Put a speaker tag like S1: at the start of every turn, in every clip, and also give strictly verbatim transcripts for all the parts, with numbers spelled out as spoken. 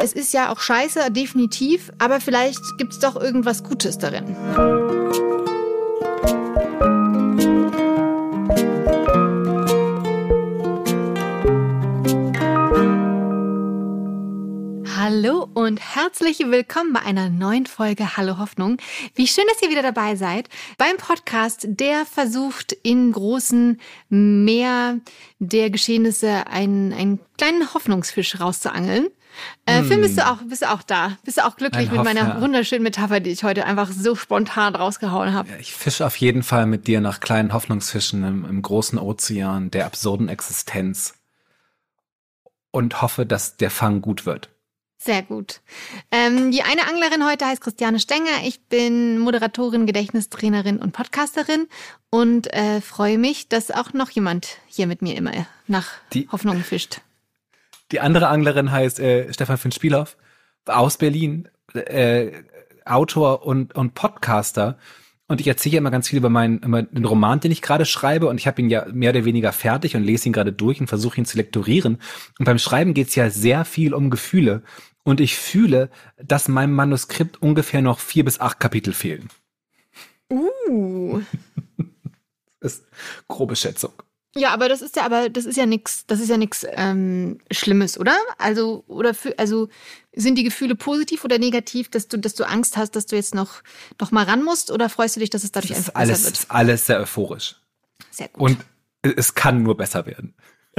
S1: es ist ja auch scheiße, definitiv, aber vielleicht gibt es doch irgendwas Gutes darin. Hallo und herzlich willkommen bei einer neuen Folge Hallo Hoffnung. Wie schön, dass ihr wieder dabei seid beim Podcast, der versucht, in großen Meer der Geschehnisse einen, einen kleinen Hoffnungsfisch rauszuangeln. Äh, Finn, bist du auch, bist du auch da? Bist du auch glücklich mit meiner wunderschönen Metapher, die ich heute einfach so spontan rausgehauen habe?
S2: Ja, ich fische auf jeden Fall mit dir nach kleinen Hoffnungsfischen im, im großen Ozean der absurden Existenz und hoffe, dass der Fang gut wird.
S1: Sehr gut. Ähm, die eine Anglerin heute heißt Christiane Stenger. Ich bin Moderatorin, Gedächtnistrainerin und Podcasterin und äh, freue mich, dass auch noch jemand hier mit mir immer nach die, Hoffnung fischt.
S2: Die andere Anglerin heißt äh, Stefan Finn-Spielhoff aus Berlin, äh, Autor und, und Podcaster. Und ich erzähle immer ganz viel über meinen über den Roman, den ich gerade schreibe. Und ich habe ihn ja mehr oder weniger fertig und lese ihn gerade durch und versuche ihn zu lektorieren. Und beim Schreiben geht es ja sehr viel um Gefühle. Und ich fühle, dass meinem Manuskript ungefähr noch vier bis acht Kapitel fehlen.
S1: Uh.
S2: Das ist grobe Schätzung.
S1: Ja, aber das ist ja, aber das ist ja nix, das ist ja nix ähm, Schlimmes, oder? Also oder für, also sind die Gefühle positiv oder negativ, dass du, dass du Angst hast, dass du jetzt noch, noch mal ran musst, oder freust du dich, dass es dadurch
S2: das
S1: einfach
S2: alles,
S1: besser wird?
S2: Das ist alles sehr euphorisch.
S1: Sehr gut.
S2: Und es kann nur besser werden.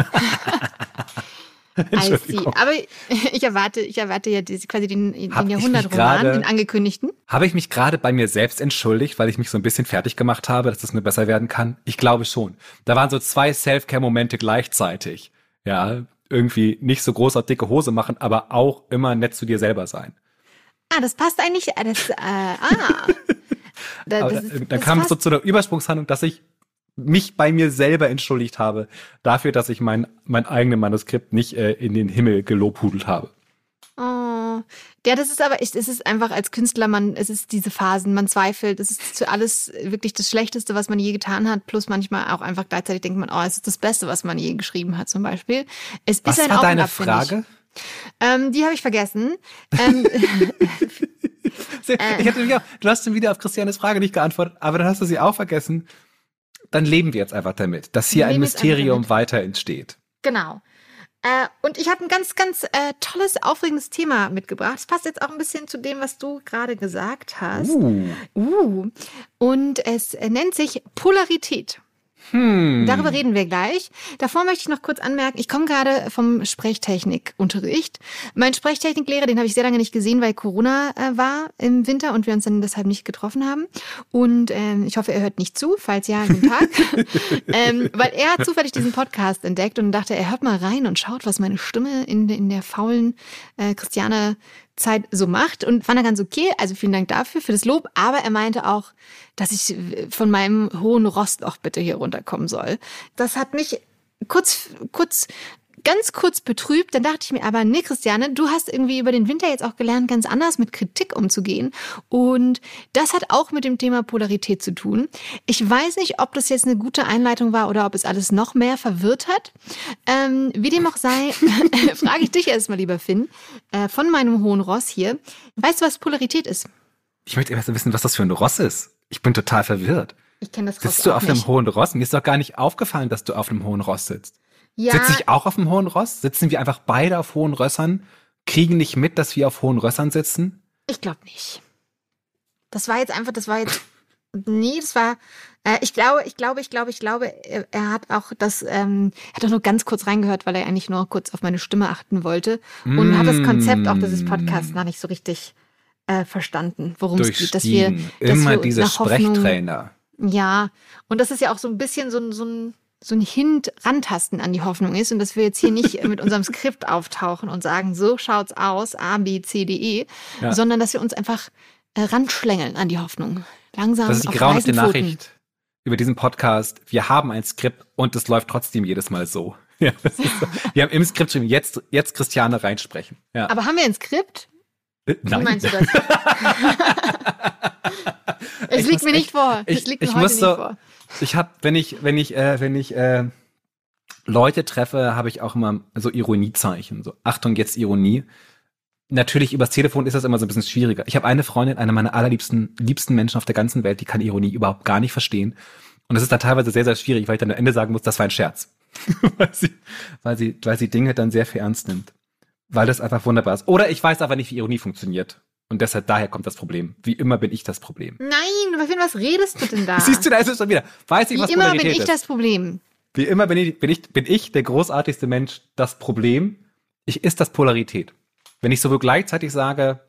S1: I see. Aber ich erwarte, ich erwarte ja diese, quasi den, den Jahrhundertroman, den angekündigten.
S2: Habe ich mich gerade bei mir selbst entschuldigt, weil ich mich so ein bisschen fertig gemacht habe, dass es nur besser werden kann? Ich glaube schon. Da waren so zwei Self-Care-Momente gleichzeitig. Ja, irgendwie nicht so groß auf dicke Hose machen, aber auch immer nett zu dir selber sein.
S1: Ah, das passt eigentlich. Das, äh, ah.
S2: Da, aber das ist, dann das kam es so zu einer Übersprungshandlung, dass ich mich bei mir selber entschuldigt habe dafür, dass ich mein mein eigenes Manuskript nicht äh, in den Himmel gelobhudelt habe.
S1: Oh, ja, das ist aber, es ist einfach als Künstler, man, es ist diese Phasen, man zweifelt, es ist für alles wirklich das Schlechteste, was man je getan hat, plus manchmal auch einfach gleichzeitig denkt man, oh, es ist das Beste, was man je geschrieben hat, zum Beispiel. Es
S2: was
S1: ist ein
S2: war
S1: Auf
S2: deine
S1: und Ab,
S2: Frage?
S1: Ähm, die habe ich vergessen. ähm,
S2: ich hatte wieder, du hast schon wieder auf Christianes Frage nicht geantwortet, aber dann hast du sie auch vergessen. Dann leben wir jetzt einfach damit, dass hier ein Mysterium weiter entsteht.
S1: Genau. Äh, und ich habe ein ganz, ganz äh, tolles, aufregendes Thema mitgebracht. Es passt jetzt auch ein bisschen zu dem, was du gerade gesagt hast.
S2: Uh.
S1: Uh. Und es äh, nennt sich Polarität.
S2: Hm.
S1: Darüber reden wir gleich. Davor möchte ich noch kurz anmerken, ich komme gerade vom Sprechtechnikunterricht. Mein Sprechtechniklehrer, den habe ich sehr lange nicht gesehen, weil Corona äh, war im Winter und wir uns dann deshalb nicht getroffen haben. Und ähm, ich hoffe, er hört nicht zu, falls ja, guten Tag. ähm, weil er hat zufällig diesen Podcast entdeckt und dachte, er hört mal rein und schaut, was meine Stimme in, in der faulen äh, Christiane Zeit so macht, und fand er ganz okay, also vielen Dank dafür, für das Lob, aber er meinte auch, dass ich von meinem hohen Rost auch bitte hier runterkommen soll. Das hat mich kurz, kurz, ganz kurz betrübt, dann dachte ich mir aber, nee, Christiane, du hast irgendwie über den Winter jetzt auch gelernt, ganz anders mit Kritik umzugehen, und das hat auch mit dem Thema Polarität zu tun. Ich weiß nicht, ob das jetzt eine gute Einleitung war oder ob es alles noch mehr verwirrt hat. Ähm, wie dem auch sei, frage ich dich erstmal, lieber Finn, äh, von meinem hohen Ross hier. Weißt du, was Polarität ist?
S2: Ich möchte erst wissen, was das für ein Ross ist. Ich bin total verwirrt.
S1: Ich kenne das Ross
S2: Sitzt du
S1: auch
S2: auf
S1: nicht.
S2: einem hohen Ross? Mir ist doch gar nicht aufgefallen, dass du auf einem hohen Ross sitzt.
S1: Ja.
S2: Sitze ich auch auf dem hohen Ross? Sitzen wir einfach beide auf hohen Rössern? Kriegen nicht mit, dass wir auf hohen Rössern sitzen?
S1: Ich glaube nicht. Das war jetzt einfach, das war jetzt, nee, das war, äh, ich glaube, ich glaube, ich glaube, ich glaube, er, er hat auch das, ähm, er hat auch nur ganz kurz reingehört, weil er eigentlich nur kurz auf meine Stimme achten wollte, und
S2: Mm.
S1: hat das Konzept auch dieses Podcasts noch nicht so richtig äh, verstanden, worum es geht, dass wir, dass
S2: immer
S1: wir uns
S2: diese
S1: nach Hoffnung,
S2: Sprechtrainer.
S1: ja, und das ist ja auch so ein bisschen so ein, so ein so ein Hint rantasten an die Hoffnung ist, und dass wir jetzt hier nicht mit unserem Skript auftauchen und sagen, so schaut's aus, A, B, C, D, E, ja. sondern dass wir uns einfach äh, ranschlängeln an die Hoffnung. Langsam.
S2: Das ist die grauenhafte Nachricht über diesen Podcast. Wir haben ein Skript und es läuft trotzdem jedes Mal so. Ja, das ist so. Wir haben im Skript schon jetzt, jetzt Christiane reinsprechen. Ja.
S1: Aber haben wir ein Skript?
S2: Äh, nein.
S1: Wie meinst du das? es
S2: ich
S1: liegt mir nicht
S2: ich,
S1: vor.
S2: Ich,
S1: es liegt
S2: ich
S1: mir heute
S2: muss
S1: nicht
S2: so,
S1: vor.
S2: Ich habe, wenn ich, wenn ich, äh, wenn ich äh, Leute treffe, habe ich auch immer so Ironiezeichen. So, Achtung, jetzt Ironie. natürlich übers Telefon ist das immer so ein bisschen schwieriger. Ich habe eine Freundin, eine meiner allerliebsten liebsten Menschen auf der ganzen Welt, die kann Ironie überhaupt gar nicht verstehen. Und das ist dann teilweise sehr, sehr schwierig, weil ich dann am Ende sagen muss, das war ein Scherz. weil, sie, weil, sie, weil sie Dinge dann sehr viel ernst nimmt. Weil das einfach wunderbar ist. Oder ich weiß aber nicht, wie Ironie funktioniert. Und deshalb, daher kommt das Problem. Wie immer bin ich das Problem.
S1: Nein, aber für was redest du denn da?
S2: Siehst du, da ist es schon wieder. Weiß ich, was
S1: Wie immer
S2: Polarität
S1: bin ich
S2: ist.
S1: das Problem.
S2: Wie immer bin ich, bin ich, bin ich der großartigste Mensch, das Problem. Ich ist das Polarität. Wenn ich sowohl gleichzeitig sage,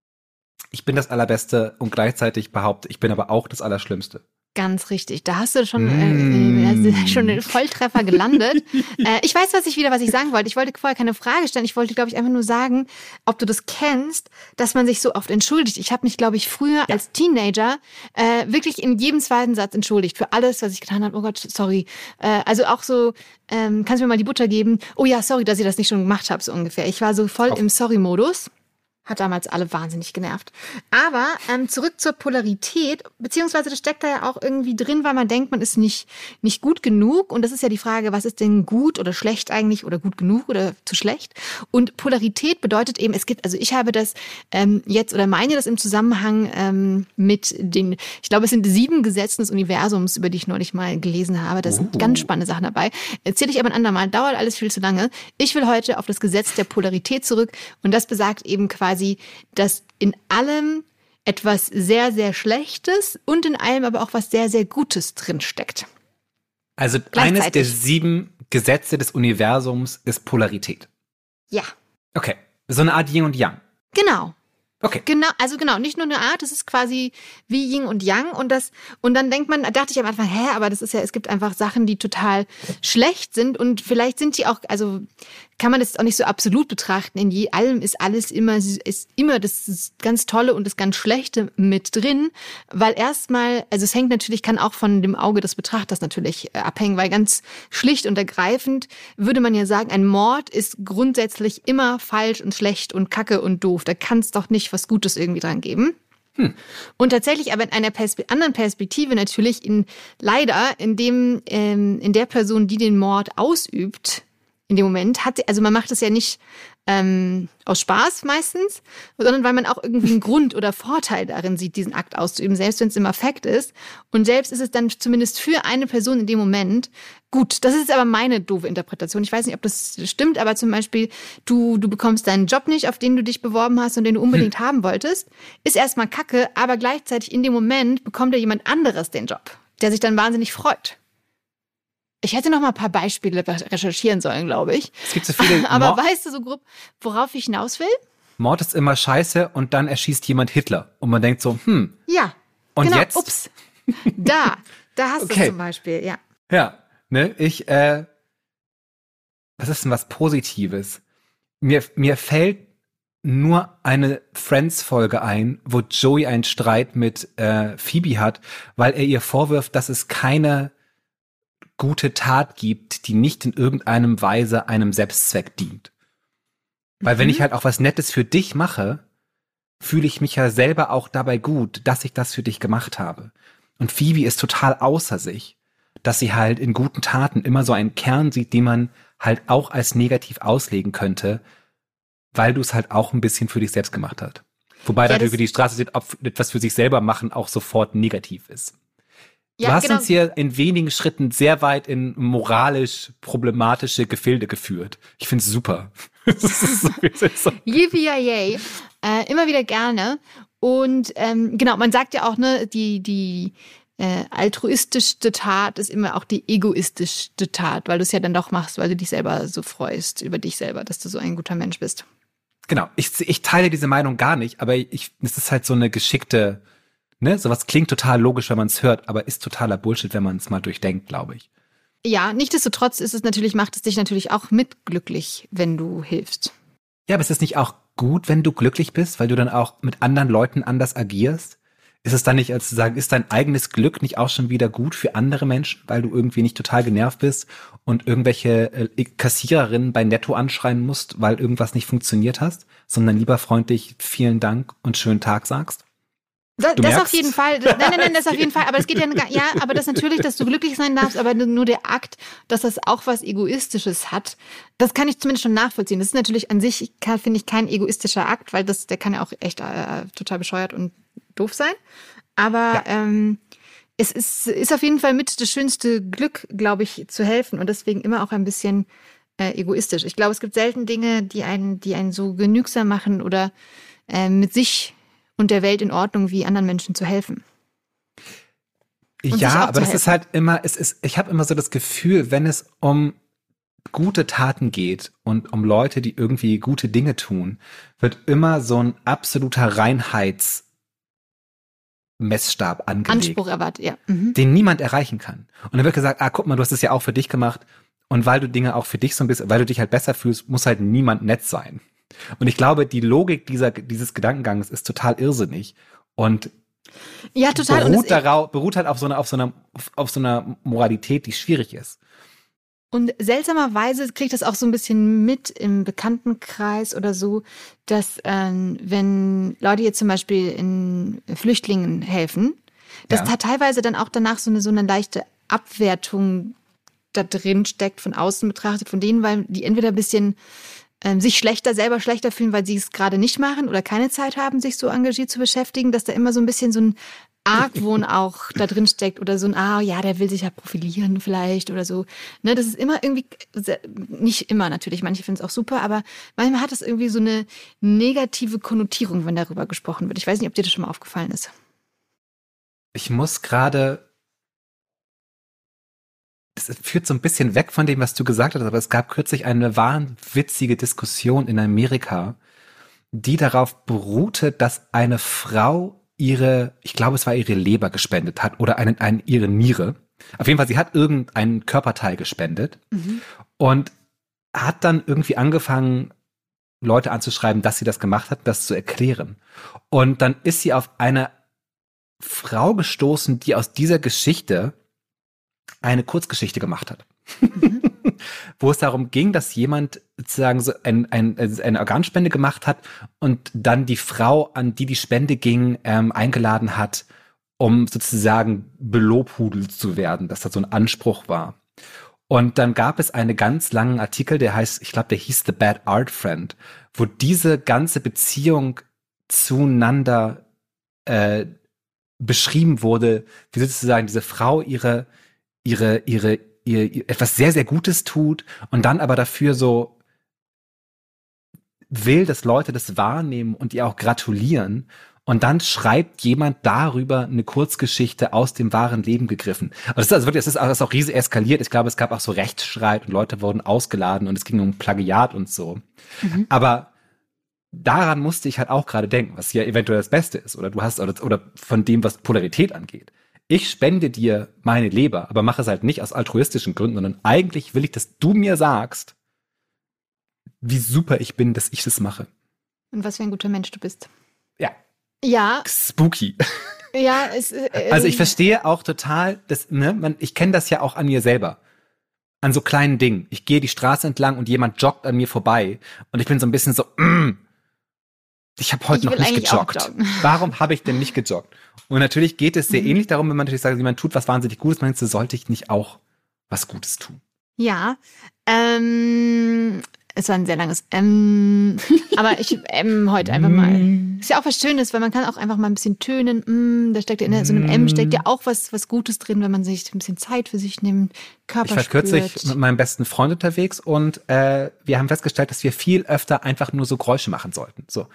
S2: ich bin das Allerbeste und gleichzeitig behaupte, ich bin aber auch das Allerschlimmste.
S1: Ganz richtig. Da hast du schon,
S2: Mm.
S1: äh, äh, schon den Volltreffer gelandet. äh, ich weiß, was ich wieder, was ich sagen wollte. Ich wollte vorher keine Frage stellen. Ich wollte, glaube ich, einfach nur sagen, ob du das kennst, dass man sich so oft entschuldigt. Ich habe mich, glaube ich, früher ja. als Teenager äh, wirklich in jedem zweiten Satz entschuldigt für alles, was ich getan habe. Oh Gott, sorry. Äh, also auch so, ähm, kannst du mir mal die Butter geben? Oh ja, sorry, dass ich das nicht schon gemacht habe, so ungefähr. Ich war so voll Auf. im Sorry-Modus. Hat damals alle wahnsinnig genervt. Aber ähm, zurück zur Polarität, beziehungsweise das steckt da ja auch irgendwie drin, weil man denkt, man ist nicht nicht gut genug. Und das ist ja die Frage, was ist denn gut oder schlecht eigentlich oder gut genug oder zu schlecht? Und Polarität bedeutet eben, es gibt, also ich habe das ähm, jetzt oder meine das im Zusammenhang ähm, mit den, ich glaube, es sind sieben Gesetzen des Universums, über die ich neulich mal gelesen habe. Da sind uh. ganz spannende Sachen dabei. Erzähle ich aber ein andermal, dauert alles viel zu lange. Ich will heute auf das Gesetz der Polarität zurück und das besagt eben quasi, dass in allem etwas sehr, sehr Schlechtes und in allem aber auch was sehr, sehr Gutes drinsteckt.
S2: Also eines der sieben Gesetze des Universums ist Polarität.
S1: Ja.
S2: Okay, so eine Art Yin und Yang.
S1: Genau.
S2: Okay.
S1: Genau, also genau, nicht nur eine Art, es ist quasi wie Yin und Yang und das, und dann denkt man, dachte ich am Anfang, hä, aber das ist ja, es gibt einfach Sachen, die total schlecht sind und vielleicht sind die auch, also kann man das auch nicht so absolut betrachten, in je, allem ist alles immer, ist immer das ganz Tolle und das ganz Schlechte mit drin, weil erstmal, also es hängt natürlich, kann auch von dem Auge des Betrachters natürlich abhängen, weil ganz schlicht und ergreifend würde man ja sagen, ein Mord ist grundsätzlich immer falsch und schlecht und kacke und doof, da kann es doch nicht was Gutes irgendwie dran geben. Hm. Und tatsächlich aber in einer Perspe- anderen Perspektive natürlich in leider in dem ähm, in der Person, die den Mord ausübt, in dem Moment hat sie, also man macht es ja nicht ähm, aus Spaß meistens, sondern weil man auch irgendwie einen Grund oder Vorteil darin sieht, diesen Akt auszuüben, selbst wenn es im Affekt ist. Und selbst ist es dann zumindest für eine Person in dem Moment gut. Das ist aber meine doofe Interpretation. Ich weiß nicht, ob das stimmt, aber zum Beispiel, du, du bekommst deinen Job nicht, auf den du dich beworben hast und den du unbedingt hm. haben wolltest, ist erstmal kacke, aber gleichzeitig in dem Moment bekommt ja jemand anderes den Job, der sich dann wahnsinnig freut. Ich hätte noch mal ein paar Beispiele recherchieren sollen, glaube ich.
S2: Es gibt so viele.
S1: Aber
S2: Mord-
S1: weißt du so grob, worauf ich hinaus will?
S2: Mord ist immer scheiße und dann erschießt jemand Hitler. Und man denkt so, hm.
S1: Ja.
S2: Und
S1: genau,
S2: jetzt?
S1: Ups. Da, da hast
S2: Okay.
S1: du zum Beispiel, ja.
S2: Ja, ne, ich, äh, was ist denn was Positives? Mir, mir fällt nur eine Friends-Folge ein, wo Joey einen Streit mit äh, Phoebe hat, weil er ihr vorwirft, dass es keine gute Tat gibt, die nicht in irgendeinem Weise einem Selbstzweck dient. Weil mhm. wenn ich halt auch was Nettes für dich mache, fühle ich mich ja selber auch dabei gut, dass ich das für dich gemacht habe. Und Phoebe ist total außer sich, dass sie halt in guten Taten immer so einen Kern sieht, den man halt auch als negativ auslegen könnte, weil du es halt auch ein bisschen für dich selbst gemacht hast. Wobei ja, dann über die Straße sieht, ob etwas für sich selber machen auch sofort negativ ist. Du ja, hast genau. uns hier in wenigen Schritten sehr weit in moralisch problematische Gefilde geführt. Ich finde es super.
S1: Yippie-yay. Äh, immer wieder gerne. Und ähm, genau, man sagt ja auch, ne, die die äh, altruistischste Tat ist immer auch die egoistischste Tat, weil du es ja dann doch machst, weil du dich selber so freust über dich selber, dass du so ein guter Mensch bist.
S2: Genau, ich, ich teile diese Meinung gar nicht, aber ich, es ist halt so eine geschickte, ne, sowas klingt total logisch, wenn man es hört, aber ist totaler Bullshit, wenn man es mal durchdenkt, glaube ich.
S1: Ja, nichtsdestotrotz ist es natürlich, macht es dich natürlich auch mitglücklich, wenn du hilfst.
S2: Ja, aber ist es nicht auch gut, wenn du glücklich bist, weil du dann auch mit anderen Leuten anders agierst? Ist es dann nicht, als zu sagen, ist dein eigenes Glück nicht auch schon wieder gut für andere Menschen, weil du irgendwie nicht total genervt bist und irgendwelche äh, Kassiererinnen bei Netto anschreien musst, weil irgendwas nicht funktioniert hast, sondern lieber freundlich vielen Dank und schönen Tag sagst?
S1: Das,
S2: Du
S1: das
S2: merkst?
S1: auf jeden Fall. Das, nein, nein, nein, das auf jeden Fall. Aber es geht ja, ja, aber das natürlich, dass du glücklich sein darfst, aber nur der Akt, dass das auch was Egoistisches hat, das kann ich zumindest schon nachvollziehen. Das ist natürlich an sich, finde ich, kein egoistischer Akt, weil das, der kann ja auch echt äh, total bescheuert und doof sein. Aber ja. ähm, es ist, ist auf jeden Fall mit das schönste Glück, glaube ich, zu helfen und deswegen immer auch ein bisschen äh, egoistisch. Ich glaube, es gibt selten Dinge, die einen, die einen so genügsam machen oder äh, mit sich und der Welt in Ordnung, wie anderen Menschen zu helfen. Und
S2: ja, aber das ist halt immer, es ist, ich habe immer so das Gefühl, wenn es um gute Taten geht und um Leute, die irgendwie gute Dinge tun, wird immer so ein absoluter Reinheitsmessstab angelegt.
S1: Anspruch erwartet, ja. Mhm.
S2: Den niemand erreichen kann. Und dann wird gesagt, ah, guck mal, du hast es ja auch für dich gemacht. Und weil du Dinge auch für dich so ein bisschen, weil du dich halt besser fühlst, muss halt niemand nett sein. Und ich glaube, die Logik dieser, dieses Gedankengangs ist total irrsinnig und
S1: ja, total.
S2: Beruht,
S1: und
S2: darauf, beruht halt auf so, einer, auf, so einer, auf so einer Moralität, die schwierig ist.
S1: Und seltsamerweise kriege ich das auch so ein bisschen mit im Bekanntenkreis oder so, dass ähm, wenn Leute jetzt zum Beispiel in Flüchtlingen helfen, dass ja. da teilweise dann auch danach so eine, so eine leichte Abwertung da drin steckt, von außen betrachtet, von denen, weil die entweder ein bisschen ähm, sich schlechter, selber schlechter fühlen, weil sie es gerade nicht machen oder keine Zeit haben, sich so engagiert zu beschäftigen, dass da immer so ein bisschen so ein Argwohn auch da drin steckt oder so ein, ah ja, der will sich ja profilieren vielleicht oder so. Ne, das ist immer irgendwie, nicht immer natürlich, manche finden es auch super, aber manchmal hat es irgendwie so eine negative Konnotierung, wenn darüber gesprochen wird. Ich weiß nicht, ob dir das schon mal aufgefallen ist.
S2: Ich muss gerade, das führt so ein bisschen weg von dem, was du gesagt hast, aber es gab kürzlich eine wahnwitzige Diskussion in Amerika, die darauf beruhte, dass eine Frau ihre, ich glaube, es war ihre Leber gespendet hat oder einen, einen, ihre Niere. Auf jeden Fall, sie hat irgendeinen Körperteil gespendet mhm. und hat dann irgendwie angefangen, Leute anzuschreiben, dass sie das gemacht hat, das zu erklären. Und dann ist sie auf eine Frau gestoßen, die aus dieser Geschichte eine Kurzgeschichte gemacht hat. Mhm. Wo es darum ging, dass jemand sozusagen so ein, ein, eine Organspende gemacht hat und dann die Frau, an die die Spende ging, ähm, eingeladen hat, um sozusagen belobhudelt zu werden, dass das so ein Anspruch war. Und dann gab es einen ganz langen Artikel, der heißt, ich glaube, der hieß The Bad Art Friend, wo diese ganze Beziehung zueinander äh, beschrieben wurde, wie sozusagen diese Frau ihre ihre ihre ihr, ihr etwas sehr, sehr Gutes tut und dann aber dafür so will, dass Leute das wahrnehmen und ihr auch gratulieren. Und dann schreibt jemand darüber eine Kurzgeschichte aus dem wahren Leben gegriffen. Und das ist also wirklich, das ist, das ist auch riesig eskaliert. Ich glaube, es gab auch so Rechtsstreit und Leute wurden ausgeladen und es ging um Plagiat und so. Mhm. Aber daran musste ich halt auch gerade denken, was ja eventuell das Beste ist. Oder du hast, oder, oder von dem, was Polarität angeht. Ich spende dir meine Leber, aber mache es halt nicht aus altruistischen Gründen, sondern eigentlich will ich, dass du mir sagst, wie super ich bin, dass ich das mache.
S1: Und was für ein guter Mensch du bist.
S2: Ja.
S1: Ja.
S2: Spooky.
S1: Ja, es, äh,
S2: also ich verstehe auch total, dass, ne, man, ich kenne das ja auch an mir selber. An so kleinen Dingen. Ich gehe die Straße entlang und jemand joggt an mir vorbei und ich bin so ein bisschen so, mm, ich habe heute ich noch nicht gejoggt. Warum habe ich denn nicht gejoggt? Und natürlich geht es sehr mhm. ähnlich darum, wenn man natürlich sagt, jemand tut was wahnsinnig Gutes, meinst du, sollte ich nicht auch was Gutes tun?
S1: Ja, ähm, es war ein sehr langes ähm, aber ich ähm, heute einfach mal. Ist ja auch was Schönes, weil man kann auch einfach mal ein bisschen tönen. Mm, da steckt ja in so einem M steckt ja auch was was Gutes drin, wenn man sich ein bisschen Zeit für sich nimmt, Körper
S2: Ich war
S1: spürt.
S2: kürzlich mit meinem besten Freund unterwegs und äh, wir haben festgestellt, dass wir viel öfter einfach nur so Geräusche machen sollten. So.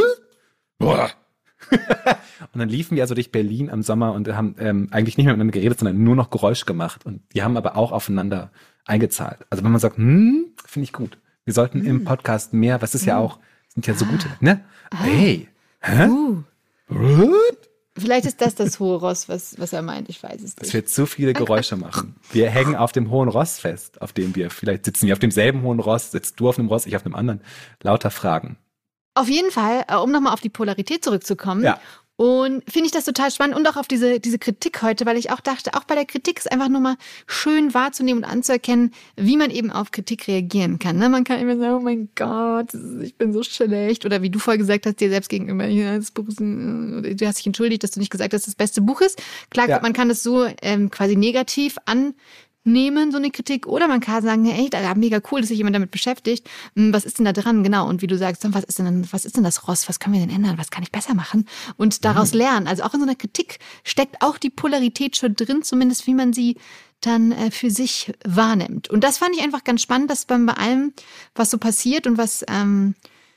S2: Und dann liefen wir also durch Berlin am Sommer und haben ähm, eigentlich nicht mehr miteinander geredet, sondern nur noch Geräusche gemacht. Und die haben aber auch aufeinander eingezahlt. Also wenn man sagt, hm, finde ich gut. Wir sollten mm. im Podcast mehr, was ist mm. ja auch, sind ja so gute, ne? Ah. Hey. Hä? Uh.
S1: Vielleicht ist das das hohe Ross, was, was er meint. Ich weiß es nicht.
S2: Das wird zu viele Geräusche machen. Wir hängen auf dem hohen Ross fest, auf dem wir, vielleicht sitzen wir auf demselben hohen Ross, sitzt du auf einem Ross, ich auf einem anderen. Lauter Fragen.
S1: Auf jeden Fall, um nochmal auf die Polarität zurückzukommen.
S2: Ja.
S1: Und finde ich das total spannend und auch auf diese, diese Kritik heute, weil ich auch dachte, auch bei der Kritik ist einfach nur mal schön wahrzunehmen und anzuerkennen, wie man eben auf Kritik reagieren kann. Ne? Man kann immer sagen, oh mein Gott, ich bin so schlecht. Oder wie du vorher gesagt hast, dir selbst gegenüber, ja, das Buch ist ein, du hast dich entschuldigt, dass du nicht gesagt hast, dass das beste Buch ist. Klar, ja. Man kann das so ähm, quasi negativ an nehmen, so eine Kritik, oder man kann sagen, ey, da mega cool, dass sich jemand damit beschäftigt. Was ist denn da dran? Genau. Und wie du sagst, was ist denn, was ist denn das Ross? Was können wir denn ändern? Was kann ich besser machen? Und daraus mhm. lernen. Also auch in so einer Kritik steckt auch die Polarität schon drin, zumindest wie man sie dann äh, für sich wahrnimmt. Und das fand ich einfach ganz spannend, dass beim bei allem, was so passiert und was ähm,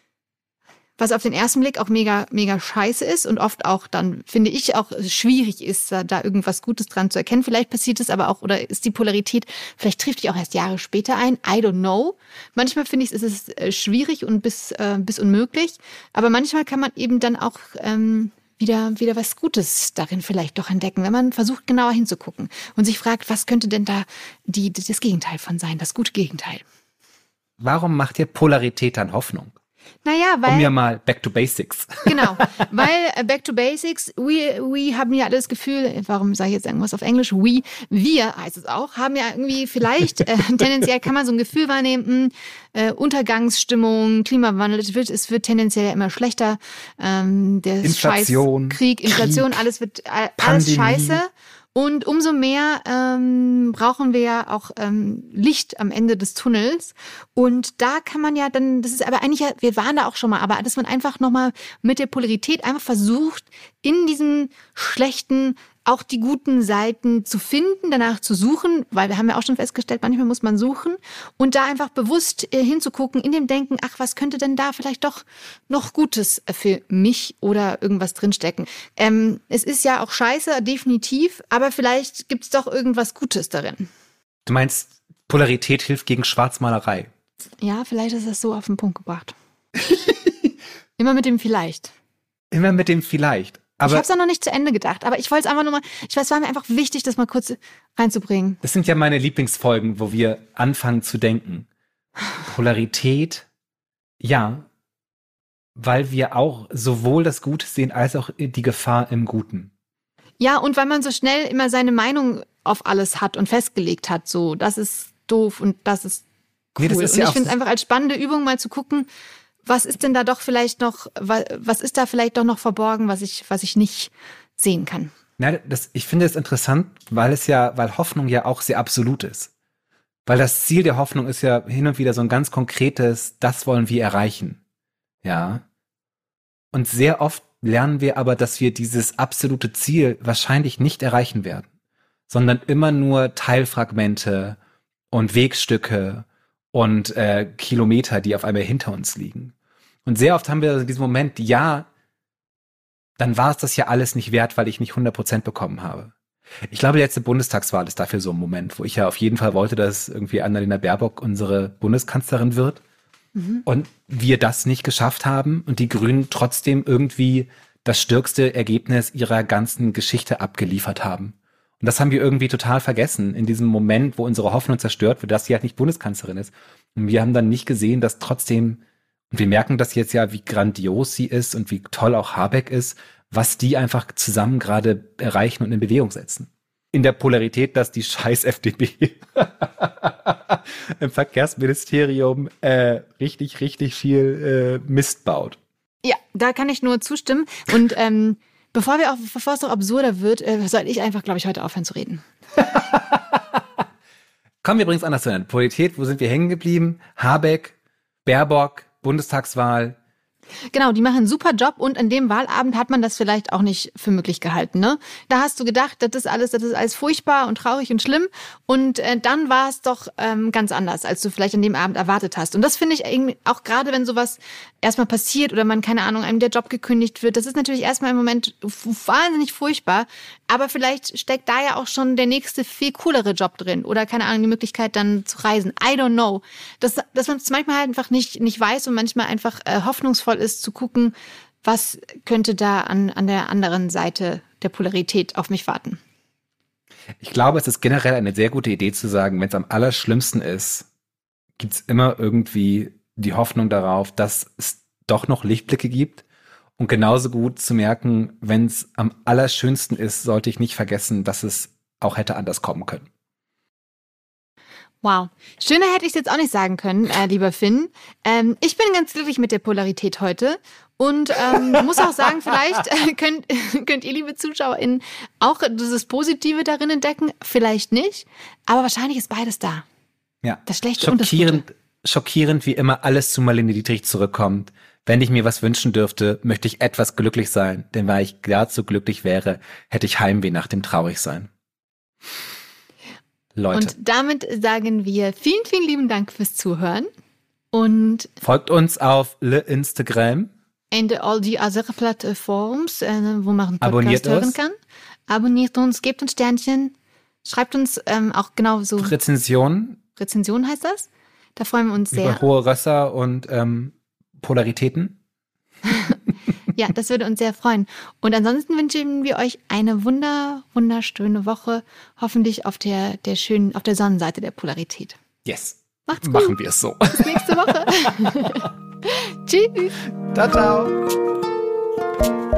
S1: was auf den ersten Blick auch mega, mega scheiße ist und oft auch dann, finde ich, auch schwierig ist, da irgendwas Gutes dran zu erkennen. Vielleicht passiert es aber auch, oder ist die Polarität, vielleicht trifft die auch erst Jahre später ein. I don't know. Manchmal finde ich, ist es schwierig und bis, äh, bis unmöglich. Aber manchmal kann man eben dann auch ähm, wieder, wieder was Gutes darin vielleicht doch entdecken, wenn man versucht, genauer hinzugucken und sich fragt, was könnte denn da die, das Gegenteil von sein, das gute Gegenteil.
S2: Warum macht dir Polarität dann Hoffnung?
S1: Naja, weil...
S2: Um ja mal back to basics.
S1: Genau, weil äh, back to basics, we, we haben ja alle das Gefühl, warum sage ich jetzt irgendwas auf Englisch, we, wir heißt es auch, haben ja irgendwie vielleicht, äh, tendenziell kann man so ein Gefühl wahrnehmen, äh, Untergangsstimmung, Klimawandel, es wird, es wird tendenziell immer schlechter, ähm, der
S2: Inflation,
S1: Scheiß, Krieg, Inflation, Krieg, alles wird, äh, alles scheiße. Und umso mehr ähm, brauchen wir ja auch ähm, Licht am Ende des Tunnels. Und da kann man ja dann, das ist aber eigentlich, ja, wir waren da auch schon mal, aber dass man einfach nochmal mit der Polarität einfach versucht, in diesem schlechten auch die guten Seiten zu finden, danach zu suchen, weil wir haben ja auch schon festgestellt, manchmal muss man suchen und da einfach bewusst äh, hinzugucken, in dem Denken, ach, was könnte denn da vielleicht doch noch Gutes für mich oder irgendwas drinstecken. Ähm, es ist ja auch scheiße, definitiv, aber vielleicht gibt's doch irgendwas Gutes darin.
S2: Du meinst, Polarität hilft gegen Schwarzmalerei?
S1: Ja, vielleicht ist das so auf den Punkt gebracht. Immer mit dem Vielleicht.
S2: Immer mit dem Vielleicht. Aber
S1: ich habe es auch noch nicht zu Ende gedacht, aber ich wollte es einfach nur mal, ich weiß, es war mir einfach wichtig, das mal kurz reinzubringen.
S2: Das sind ja meine Lieblingsfolgen, wo wir anfangen zu denken. Polarität, ja, weil wir auch sowohl das Gute sehen, als auch die Gefahr im Guten.
S1: Ja, und weil man so schnell immer seine Meinung auf alles hat und festgelegt hat, so, das ist doof und das ist cool. Nee, das ist und ja ich finde es einfach als spannende Übung mal zu gucken, was ist denn da doch vielleicht noch, was ist da vielleicht doch noch verborgen, was ich, was ich nicht sehen kann?
S2: Na, das, ich finde es interessant, weil es ja, weil Hoffnung ja auch sehr absolut ist. Weil das Ziel der Hoffnung ist ja hin und wieder so ein ganz konkretes, das wollen wir erreichen. Ja. Und sehr oft lernen wir aber, dass wir dieses absolute Ziel wahrscheinlich nicht erreichen werden, sondern immer nur Teilfragmente und Wegstücke und äh, Kilometer, die auf einmal hinter uns liegen. Und sehr oft haben wir in diesem Moment, ja, dann war es das ja alles nicht wert, weil ich nicht hundert Prozent bekommen habe. Ich glaube, die letzte Bundestagswahl ist dafür so ein Moment, wo ich ja auf jeden Fall wollte, dass irgendwie Annalena Baerbock unsere Bundeskanzlerin wird. Mhm. Und wir das nicht geschafft haben und die Grünen trotzdem irgendwie das stärkste Ergebnis ihrer ganzen Geschichte abgeliefert haben. Und das haben wir irgendwie total vergessen in diesem Moment, wo unsere Hoffnung zerstört wird, dass sie halt nicht Bundeskanzlerin ist. Und wir haben dann nicht gesehen, dass trotzdem, und wir merken das jetzt ja, wie grandios sie ist und wie toll auch Habeck ist, was die einfach zusammen gerade erreichen und in Bewegung setzen. In der Polarität, dass die scheiß F D P im Verkehrsministerium äh, richtig, richtig viel äh, Mist baut.
S1: Ja, da kann ich nur zustimmen. Und ähm, bevor wir auch, bevor es noch absurder wird, äh, soll ich einfach, glaube ich, heute aufhören zu reden.
S2: Kommen wir übrigens anders zu nennen. Polarität, wo sind wir hängen geblieben? Habeck, Baerbock, Bundestagswahl.
S1: Genau, die machen einen super Job und an dem Wahlabend hat man das vielleicht auch nicht für möglich gehalten, ne? Da hast du gedacht, das ist alles, das ist alles furchtbar und traurig und schlimm und äh, dann war es doch ähm, ganz anders, als du vielleicht an dem Abend erwartet hast. Und das finde ich irgendwie auch gerade, wenn sowas erstmal passiert oder man, keine Ahnung, einem der Job gekündigt wird, das ist natürlich erstmal im Moment wahnsinnig furchtbar, aber vielleicht steckt da ja auch schon der nächste, viel coolere Job drin oder, keine Ahnung, die Möglichkeit dann zu reisen. I don't know. Das, dass man es manchmal halt einfach nicht, nicht weiß und manchmal einfach äh, hoffnungsvoll ist, zu gucken, was könnte da an, an der anderen Seite der Polarität auf mich warten.
S2: Ich glaube, es ist generell eine sehr gute Idee zu sagen, wenn es am allerschlimmsten ist, gibt es immer irgendwie die Hoffnung darauf, dass es doch noch Lichtblicke gibt Und genauso gut zu merken, wenn es am allerschönsten ist, sollte ich nicht vergessen, dass es auch hätte anders kommen können.
S1: Wow. Schöner hätte ich es jetzt auch nicht sagen können, äh, lieber Finn. Ähm, ich bin ganz glücklich mit der Polarität heute und ähm, muss auch sagen, vielleicht äh, könnt, könnt ihr, liebe ZuschauerInnen, auch dieses Positive darin entdecken. Vielleicht nicht, aber wahrscheinlich ist beides da.
S2: Ja.
S1: Das Schlechte und das
S2: Schockierend,
S1: Gute.
S2: schockierend, wie immer alles zu Marlene Dietrich zurückkommt. Wenn ich mir was wünschen dürfte, möchte ich etwas glücklich sein, denn weil ich dazu glücklich wäre, hätte ich Heimweh nach dem Traurigsein. Leute.
S1: Und damit sagen wir vielen, vielen lieben Dank fürs Zuhören und
S2: folgt uns auf Le Instagram.
S1: And all die other Plattforms, äh, wo man einen Podcast
S2: Abonniert
S1: hören
S2: uns.
S1: kann. Abonniert uns, gebt uns Sternchen, schreibt uns ähm, auch genau so
S2: Rezensionen.
S1: Rezension heißt das. Da freuen wir uns sehr.
S2: Über hohe Rösser und ähm, Polaritäten.
S1: Ja, das würde uns sehr freuen. Und ansonsten wünschen wir euch eine wunder, wunderschöne Woche. Hoffentlich auf der, der schönen, auf der Sonnenseite der Polarität.
S2: Yes.
S1: Macht's gut.
S2: Machen wir es so.
S1: Bis nächste Woche. Tschüss.
S2: Ciao, ciao.